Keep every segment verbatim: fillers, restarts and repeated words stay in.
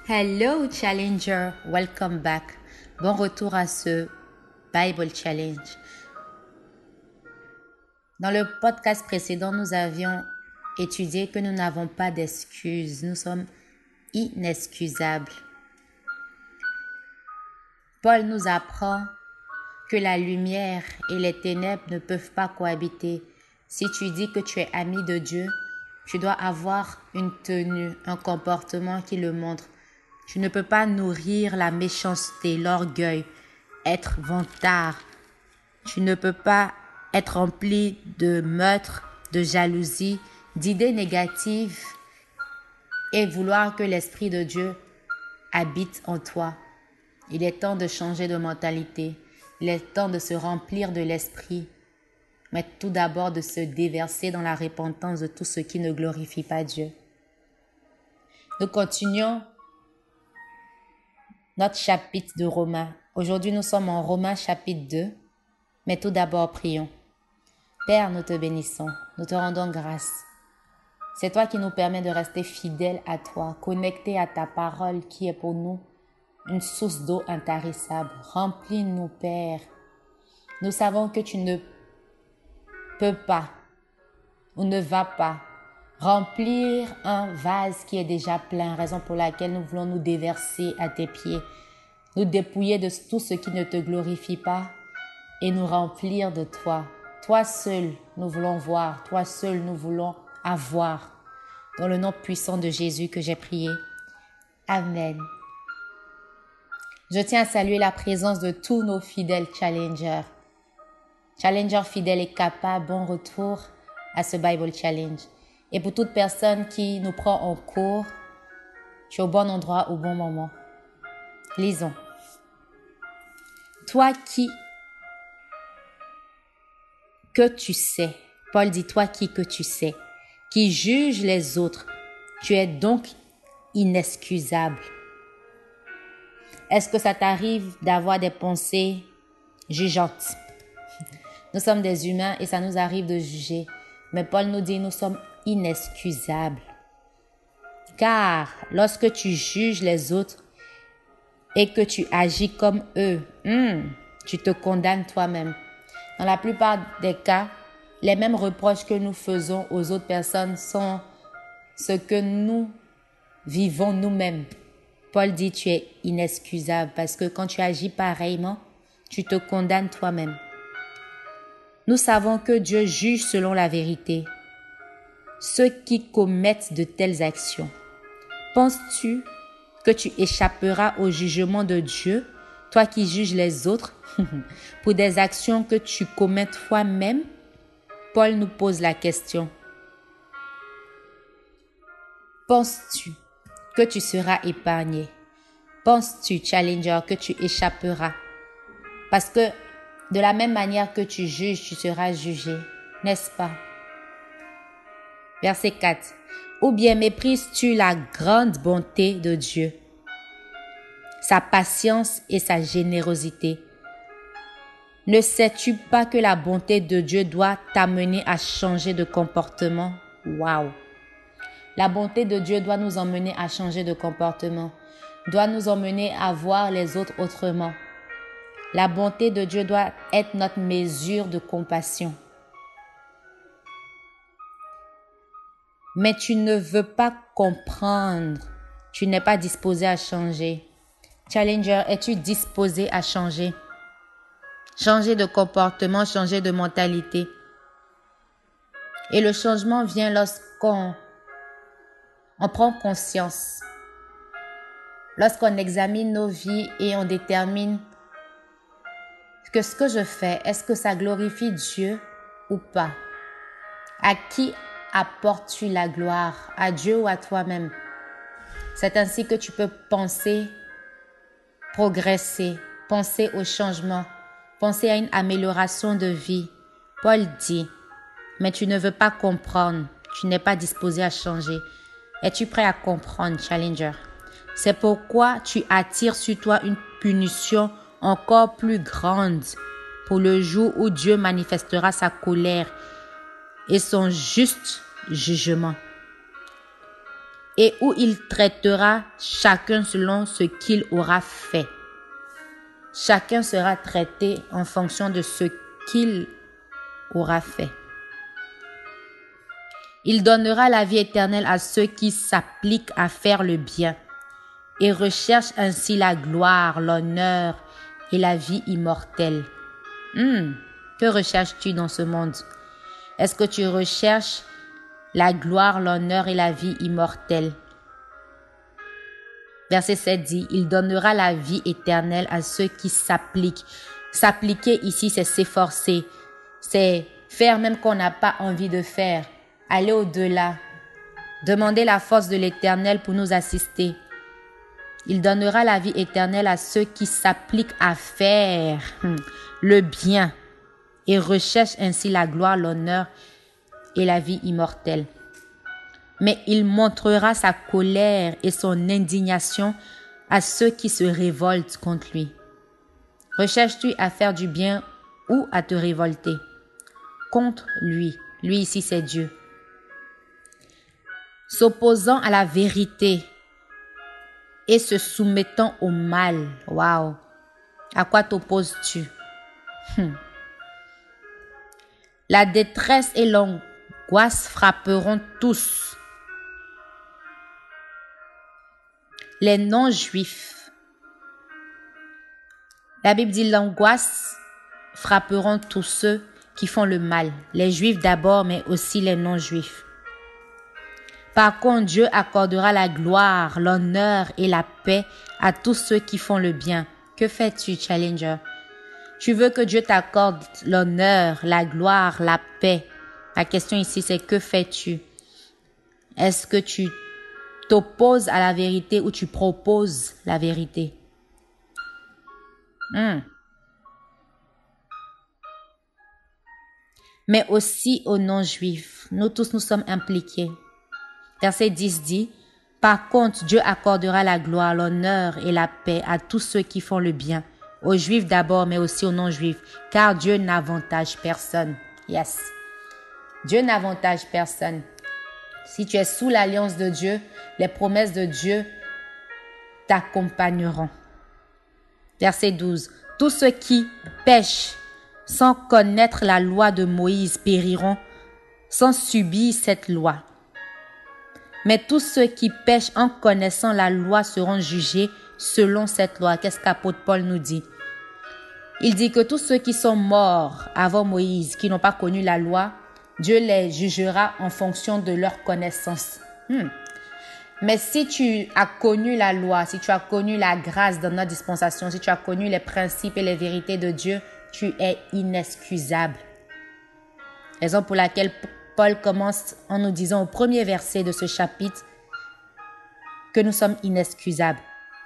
Hello Challenger, welcome back. Bon retour à ce Bible Challenge. Dans le podcast précédent, nous avions étudié que nous n'avons pas d'excuses. Nous sommes inexcusables. Paul nous apprend que la lumière et les ténèbres ne peuvent pas cohabiter. Si tu dis que tu es ami de Dieu, tu dois avoir une tenue, un comportement qui le montre. Tu ne peux pas nourrir la méchanceté, l'orgueil, être vantard. Tu ne peux pas être rempli de meurtre, de jalousie, d'idées négatives et vouloir que l'Esprit de Dieu habite en toi. Il est temps de changer de mentalité. Il est temps de se remplir de l'Esprit, mais tout d'abord de se déverser dans la repentance de tout ce qui ne glorifie pas Dieu. Nous continuons notre chapitre de Romains. Aujourd'hui, nous sommes en Romains chapitre deux, mais tout d'abord, prions. Père, nous te bénissons, nous te rendons grâce. C'est toi qui nous permets de rester fidèles à toi, connectés à ta parole qui est pour nous une source d'eau intarissable. Remplis-nous, Père. Nous savons que tu ne peux pas ou ne vas pas remplir un vase qui est déjà plein, raison pour laquelle nous voulons nous déverser à tes pieds, nous dépouiller de tout ce qui ne te glorifie pas et nous remplir de toi. Toi seul, nous voulons voir, toi seul, nous voulons avoir. Dans le nom puissant de Jésus que j'ai prié. Amen. Je tiens à saluer la présence de tous nos fidèles challengers. Challenger fidèle et capable, bon retour à ce Bible Challenge. Et pour toute personne qui nous prend en cours, tu es au bon endroit au bon moment. Lisons. Toi qui que tu sais, Paul dit toi qui que tu sais, qui juge les autres, tu es donc inexcusable. Est-ce que ça t'arrive d'avoir des pensées jugeantes? Nous sommes des humains et ça nous arrive de juger. Mais Paul nous dit nous sommes inexcusables. Car lorsque tu juges les autres et que tu agis comme eux, hmm, tu te condamnes toi-même. Dans la plupart des cas, les mêmes reproches que nous faisons aux autres personnes sont ce que nous vivons nous-mêmes. Paul dit tu es inexcusable parce que quand tu agis pareillement, tu te condamnes toi-même. Nous savons que Dieu juge selon la vérité ceux qui commettent de telles actions. Penses-tu que tu échapperas au jugement de Dieu, toi qui juges les autres, pour des actions que tu commets toi-même? Paul nous pose la question. Penses-tu que tu seras épargné? Penses-tu, Challenger, que tu échapperas? Parce que de la même manière que tu juges, tu seras jugé, n'est-ce pas? Verset quatre. Ou bien méprises-tu la grande bonté de Dieu, sa patience et sa générosité? Ne sais-tu pas que la bonté de Dieu doit t'amener à changer de comportement? Waouh! La bonté de Dieu doit nous emmener à changer de comportement, doit nous emmener à voir les autres autrement. La bonté de Dieu doit être notre mesure de compassion. Mais tu ne veux pas comprendre. Tu n'es pas disposé à changer. Challenger, es-tu disposé à changer? Changer de comportement, changer de mentalité. Et le changement vient lorsqu'on on prend conscience. Lorsqu'on examine nos vies et on détermine que ce que je fais, est-ce que ça glorifie Dieu ou pas? À qui apportes-tu la gloire? À Dieu ou à toi-même? C'est ainsi que tu peux penser, progresser, penser au changement, penser à une amélioration de vie. Paul dit, mais tu ne veux pas comprendre, tu n'es pas disposé à changer. Es-tu prêt à comprendre, Challenger? C'est pourquoi tu attires sur toi une punition encore plus grande pour le jour où Dieu manifestera sa colère et son juste jugement. et où il traitera chacun selon ce qu'il aura fait. Chacun sera traité en fonction de ce qu'il aura fait. Il donnera la vie éternelle à ceux qui s'appliquent à faire le bien et recherchent ainsi la gloire, l'honneur et la vie immortelle. Hmm, que recherches-tu dans ce monde? Est-ce que tu recherches la gloire, l'honneur et la vie immortelle? Verset sept dit, il donnera la vie éternelle à ceux qui s'appliquent. S'appliquer ici, c'est s'efforcer. C'est faire même qu'on n'a pas envie de faire. Aller au-delà. Demander la force de l'Éternel pour nous assister. Il donnera la vie éternelle à ceux qui s'appliquent à faire le bien et recherchent ainsi la gloire, l'honneur et la vie immortelle. Mais il montrera sa colère et son indignation à ceux qui se révoltent contre lui. Recherches-tu à faire du bien ou à te révolter? Contre lui. Lui ici, c'est Dieu. S'opposant à la vérité et se soumettant au mal. Waouh! À quoi t'opposes-tu? Hmm. La détresse et l'angoisse frapperont tous. Les non-juifs. La Bible dit l'angoisse frapperont tous ceux qui font le mal. Les juifs d'abord, mais aussi les non-juifs. Par contre, Dieu accordera la gloire, l'honneur et la paix à tous ceux qui font le bien. Que fais-tu, Challenger? Tu veux que Dieu t'accorde l'honneur, la gloire, la paix. La question ici, c'est que fais-tu? Est-ce que tu t'opposes à la vérité ou tu proposes la vérité? Hmm. Mais aussi aux non-juifs. Nous tous, nous sommes impliqués. Verset dix dit, « Par contre, Dieu accordera la gloire, l'honneur et la paix à tous ceux qui font le bien, aux Juifs d'abord, mais aussi aux non-Juifs, car Dieu n'avantage personne. » Yes. Dieu n'avantage personne. Si tu es sous l'alliance de Dieu, les promesses de Dieu t'accompagneront. Verset douze, « Tous ceux qui pêchent sans connaître la loi de Moïse périront sans subir cette loi. Mais tous ceux qui pêchent en connaissant la loi seront jugés selon cette loi. » Qu'est-ce qu'apôtre Paul nous dit? Il dit que tous ceux qui sont morts avant Moïse, qui n'ont pas connu la loi, Dieu les jugera en fonction de leur connaissance. Hmm. Mais si tu as connu la loi, si tu as connu la grâce dans notre dispensation, si tu as connu les principes et les vérités de Dieu, tu es inexcusable. Raison pour laquelle Paul commence en nous disant au premier verset de ce chapitre que nous sommes inexcusables.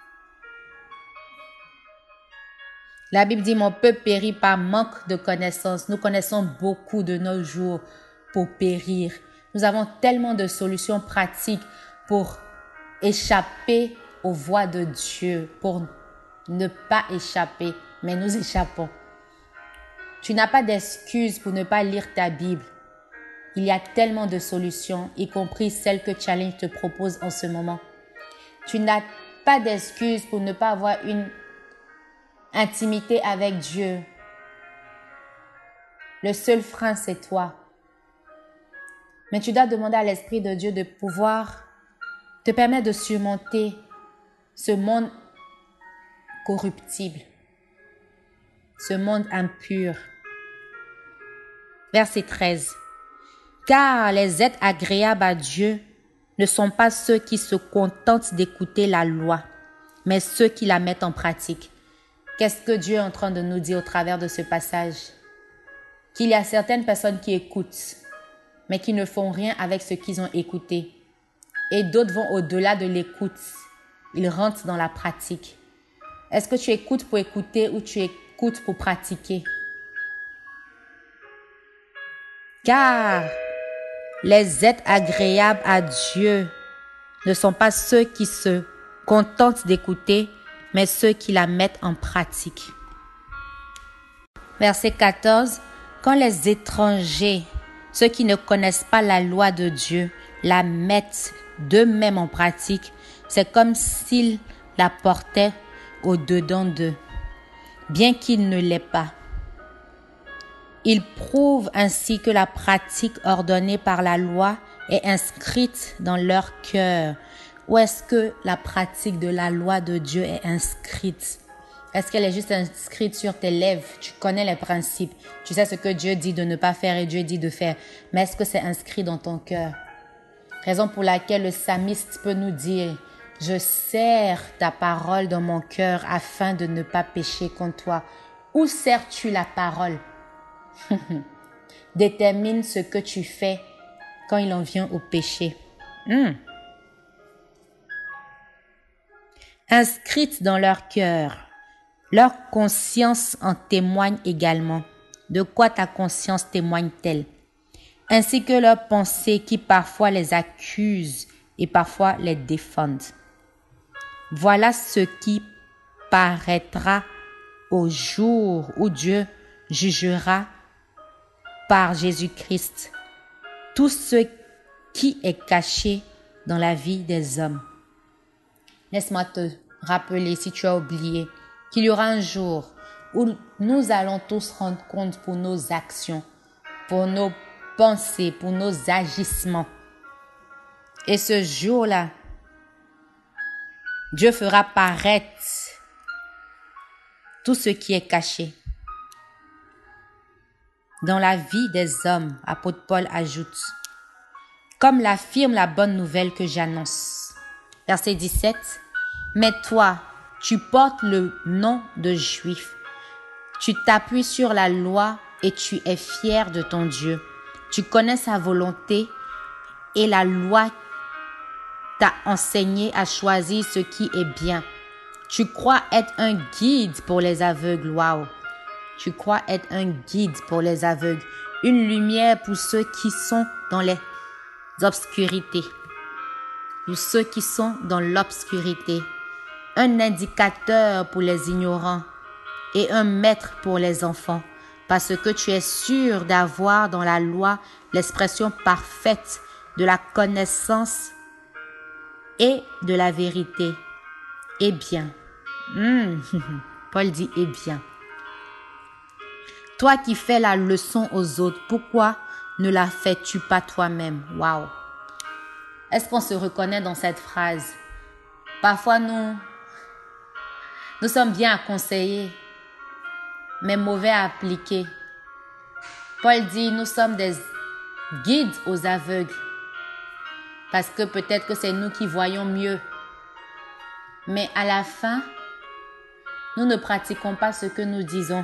La Bible dit, « Mon peuple périt par manque de connaissance. » Nous connaissons beaucoup de nos jours pour périr. Nous avons tellement de solutions pratiques pour échapper aux voies de Dieu, pour ne pas échapper, mais nous échappons. Tu n'as pas d'excuse pour ne pas lire ta Bible. Il y a tellement de solutions, y compris celles que Challenge te propose en ce moment. Tu n'as pas d'excuse pour ne pas avoir une intimité avec Dieu. Le seul frein, c'est toi. Mais tu dois demander à l'Esprit de Dieu de pouvoir te permettre de surmonter ce monde corruptible, ce monde impur. Verset treize. Car les êtres agréables à Dieu ne sont pas ceux qui se contentent d'écouter la loi, mais ceux qui la mettent en pratique. Qu'est-ce que Dieu est en train de nous dire au travers de ce passage? Qu'il y a certaines personnes qui écoutent, mais qui ne font rien avec ce qu'ils ont écouté. Et d'autres vont au-delà de l'écoute. Ils rentrent dans la pratique. Est-ce que tu écoutes pour écouter ou tu écoutes pour pratiquer? Car les êtres agréables à Dieu ne sont pas ceux qui se contentent d'écouter, mais ceux qui la mettent en pratique. Verset quatorze. Quand les étrangers, ceux qui ne connaissent pas la loi de Dieu, la mettent d'eux-mêmes en pratique, c'est comme s'ils la portaient au-dedans d'eux, bien qu'ils ne l'aient pas. Ils prouvent ainsi que la pratique ordonnée par la loi est inscrite dans leur cœur. Où est-ce que la pratique de la loi de Dieu est inscrite? Est-ce qu'elle est juste inscrite sur tes lèvres? Tu connais les principes. Tu sais ce que Dieu dit de ne pas faire et Dieu dit de faire. Mais est-ce que c'est inscrit dans ton cœur? Raison pour laquelle le psalmiste peut nous dire « Je serre ta parole dans mon cœur afin de ne pas pécher contre toi. » Où serres-tu la parole? Détermine ce que tu fais quand il en vient au péché. Hmm. Inscrite dans leur cœur. Leur conscience en témoigne également. De quoi ta conscience témoigne-t-elle? Ainsi que leurs pensées qui parfois les accusent et parfois les défendent. Voilà ce qui paraîtra au jour où Dieu jugera par Jésus-Christ tout ce qui est caché dans la vie des hommes. Laisse-moi te rappeler, si tu as oublié, qu'il y aura un jour où nous allons tous rendre compte pour nos actions, pour nos pensées, pour nos agissements. Et ce jour-là, Dieu fera paraître tout ce qui est caché. Dans la vie des hommes, apôtre Paul ajoute, comme l'affirme la bonne nouvelle que j'annonce. Verset dix-sept, mais toi, tu portes le nom de juif. Tu t'appuies sur la loi et tu es fier de ton Dieu. Tu connais sa volonté et la loi t'a enseigné à choisir ce qui est bien. Tu crois être un guide pour les aveugles. Waouh! Tu crois être un guide pour les aveugles. Une lumière pour ceux qui sont dans les obscurités. Pour ceux qui sont dans l'obscurité. Un indicateur pour les ignorants et un maître pour les enfants, parce que tu es sûr d'avoir dans la loi l'expression parfaite de la connaissance et de la vérité. Eh bien, mmh, Paul dit eh bien. Toi qui fais la leçon aux autres, pourquoi ne la fais-tu pas toi-même? Waouh! Est-ce qu'on se reconnaît dans cette phrase? Parfois, nous, nous sommes bien à conseiller, mais mauvais à appliquer. Paul dit, nous sommes des guides aux aveugles, parce que peut-être que c'est nous qui voyons mieux. Mais à la fin, nous ne pratiquons pas ce que nous disons.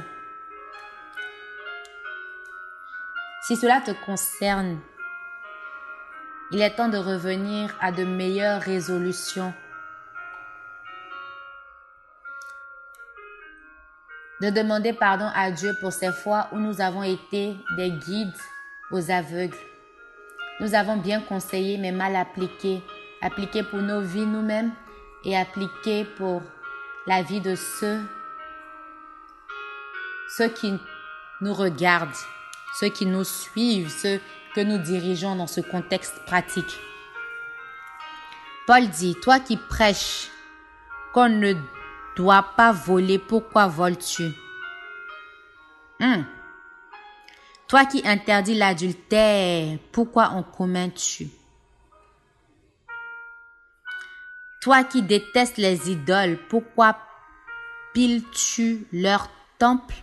Si cela te concerne, il est temps de revenir à de meilleures résolutions. De demander pardon à Dieu pour ces fois où nous avons été des guides aux aveugles. Nous avons bien conseillé mais mal appliqué. Appliqué pour nos vies nous-mêmes et appliqué pour la vie de ceux, ceux qui nous regardent, ceux qui nous suivent, ceux que nous dirigeons dans ce contexte pratique. Paul dit, toi qui prêches qu'on ne doit pas voler, pourquoi voles-tu? Hum. Toi qui interdis l'adultère, pourquoi en commets-tu? Toi qui détestes les idoles, pourquoi piles-tu leur temple?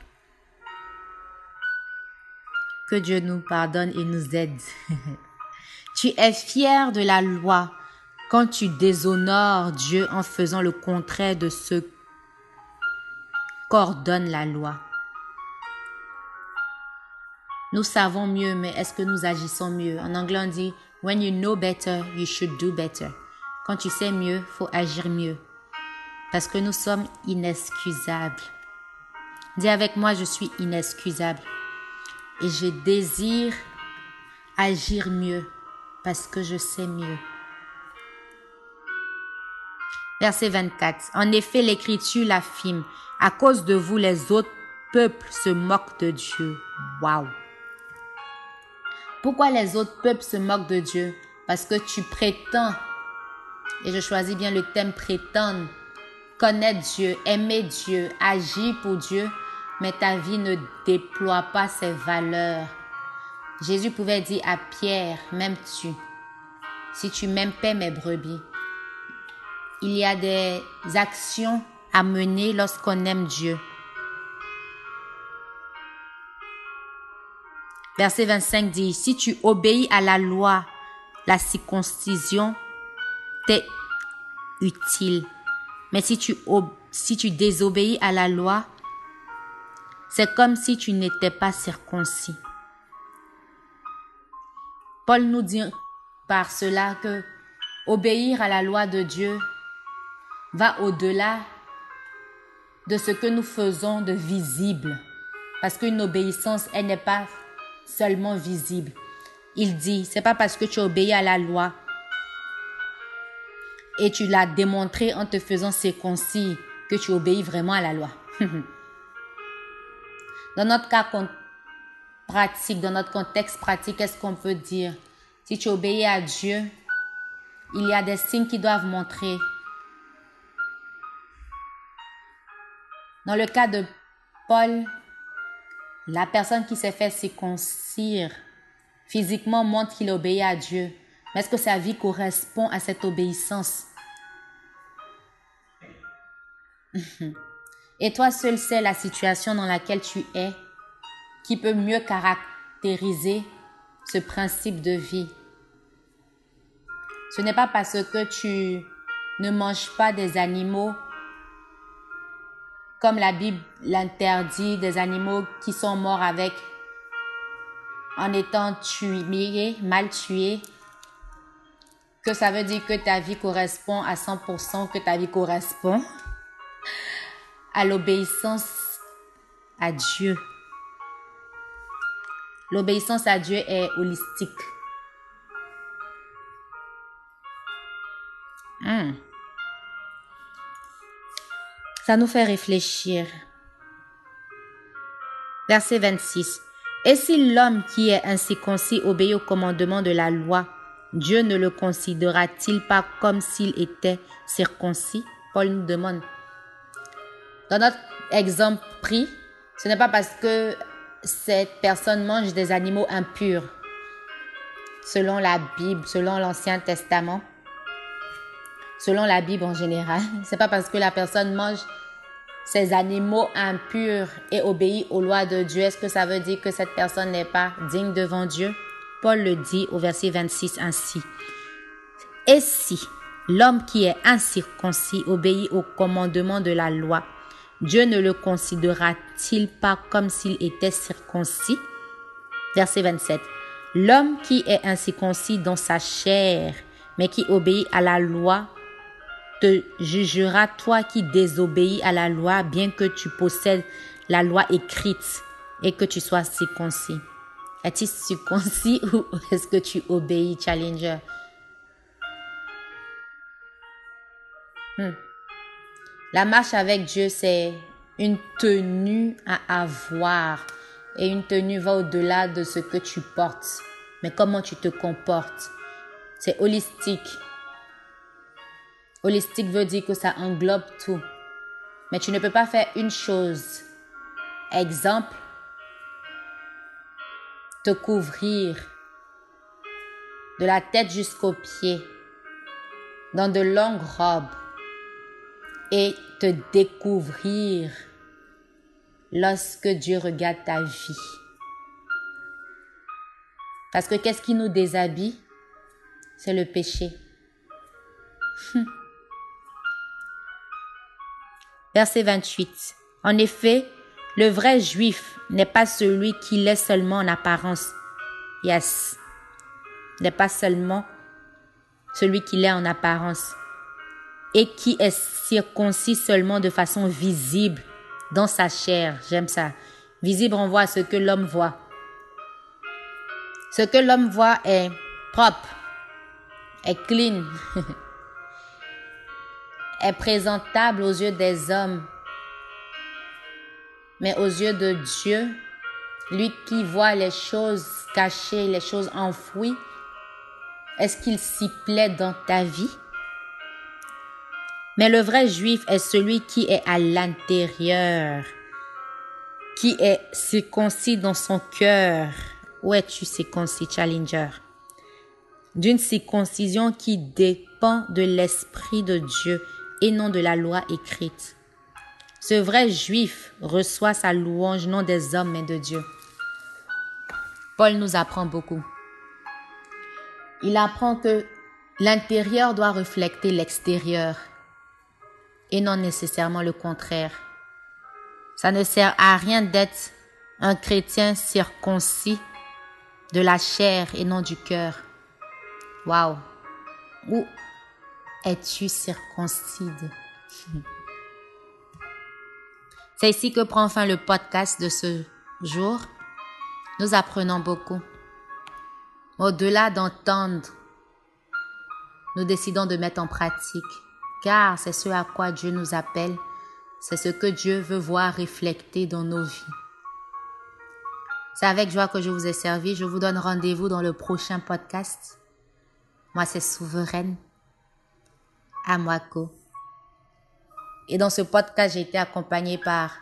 Que Dieu nous pardonne et nous aide. Tu es fier de la loi quand tu déshonores Dieu en faisant le contraire de ce qu'ordonne la loi. Nous savons mieux, mais est-ce que nous agissons mieux? En anglais, on dit « When you know better, you should do better ». Quand tu sais mieux, il faut agir mieux. Parce que nous sommes inexcusables. Dis avec moi, je suis inexcusable. Et je désire agir mieux parce que je sais mieux. Verset vingt-quatre. En effet, l'Écriture l'affirme. À cause de vous, les autres peuples se moquent de Dieu. Waouh! Pourquoi les autres peuples se moquent de Dieu? Parce que tu prétends Et je choisis bien le thème prétendre, connaître Dieu, aimer Dieu, agir pour Dieu, mais ta vie ne déploie pas ses valeurs. Jésus pouvait dire à Pierre, m'aimes-tu? Si tu m'aimes, paie mes brebis. Il y a des actions à mener lorsqu'on aime Dieu. Verset vingt-cinq dit, si tu obéis à la loi, la circoncision t'est utile. Mais si tu, si tu désobéis à la loi, c'est comme si tu n'étais pas circoncis. Paul nous dit par cela que obéir à la loi de Dieu va au-delà de ce que nous faisons de visible. Parce qu'une obéissance, elle n'est pas seulement visible. Il dit, c'est pas parce que tu obéis à la loi et tu l'as démontré en te faisant circoncis que tu obéis vraiment à la loi. Dans notre cas pratique, dans notre contexte pratique, qu'est-ce qu'on peut dire? Si tu obéis à Dieu, il y a des signes qui doivent montrer. Dans le cas de Paul, la personne qui s'est fait circoncire physiquement montre qu'il obéit à Dieu. Mais est-ce que sa vie correspond à cette obéissance? Et toi seul sais la situation dans laquelle tu es qui peut mieux caractériser ce principe de vie. Ce n'est pas parce que tu ne manges pas des animaux comme la Bible l'interdit, des animaux qui sont morts avec, en étant tués, mal tués, que ça veut dire que ta vie correspond à cent pour cent, que ta vie correspond à l'obéissance à Dieu. L'obéissance à Dieu est holistique. Hmm. Ça nous fait réfléchir. Verset vingt-six. Et si l'homme qui est incirconcis obéit au commandement de la loi, Dieu ne le considérera-t-il pas comme s'il était circoncis? Paul nous demande. Dans notre exemple pris, ce n'est pas parce que cette personne mange des animaux impurs, selon la Bible, selon l'Ancien Testament, selon la Bible en général. C'est pas parce que la personne mange ces animaux impurs et obéit aux lois de Dieu, est-ce que ça veut dire que cette personne n'est pas digne devant Dieu? Paul le dit au verset vingt-six ainsi. Et si l'homme qui est incirconcis obéit au commandement de la loi, Dieu ne le considérera-t-il pas comme s'il était circoncis? Verset vingt-sept. L'homme qui est incirconcis dans sa chair, mais qui obéit à la loi, te jugera, toi qui désobéis à la loi, bien que tu possèdes la loi écrite et que tu sois circoncis. Es-tu circoncis ou est-ce que tu obéis, Challenger? Hmm. La marche avec Dieu, c'est une tenue à avoir. Et une tenue va au-delà de ce que tu portes. Mais comment tu te comportes. C'est holistique. Holistique veut dire que ça englobe tout. Mais tu ne peux pas faire une chose. Exemple, te couvrir de la tête jusqu'aux pieds dans de longues robes et te découvrir lorsque Dieu regarde ta vie. Parce que qu'est-ce qui nous déshabille? C'est le péché. Verset vingt-huit. En effet, le vrai juif n'est pas celui qui l'est seulement en apparence. Yes. N'est pas seulement celui qui l'est en apparence. Et qui est circoncis seulement de façon visible dans sa chair. J'aime ça. Visible renvoie à ce que l'homme voit. Ce que l'homme voit est propre, est clean, est présentable aux yeux des hommes. Mais aux yeux de Dieu, lui qui voit les choses cachées, les choses enfouies, est-ce qu'il s'y plaît dans ta vie? Mais le vrai juif est celui qui est à l'intérieur, qui est circoncis dans son cœur. Où es-tu circoncis, Challenger? D'une circoncision qui dépend de l'Esprit de Dieu et non de la loi écrite. Ce vrai juif reçoit sa louange non des hommes mais de Dieu. Paul nous apprend beaucoup. Il apprend que l'intérieur doit refléter l'extérieur et non nécessairement le contraire. Ça ne sert à rien d'être un chrétien circoncis de la chair et non du cœur. Waouh! Où es-tu circoncide? C'est ici que prend fin le podcast de ce jour. Nous apprenons beaucoup. Au-delà d'entendre, nous décidons de mettre en pratique, car c'est ce à quoi Dieu nous appelle, c'est ce que Dieu veut voir reflété dans nos vies. C'est avec joie que je vous ai servi. Je vous donne rendez-vous dans le prochain podcast. Moi, c'est Souveraine Amwako. Et dans ce podcast, j'ai été accompagnée par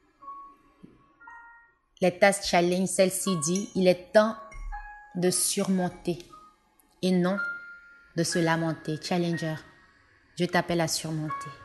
les Task Challenge. Celle-ci dit, il est temps de surmonter et non de se lamenter. Challenger, je t'appelle à surmonter.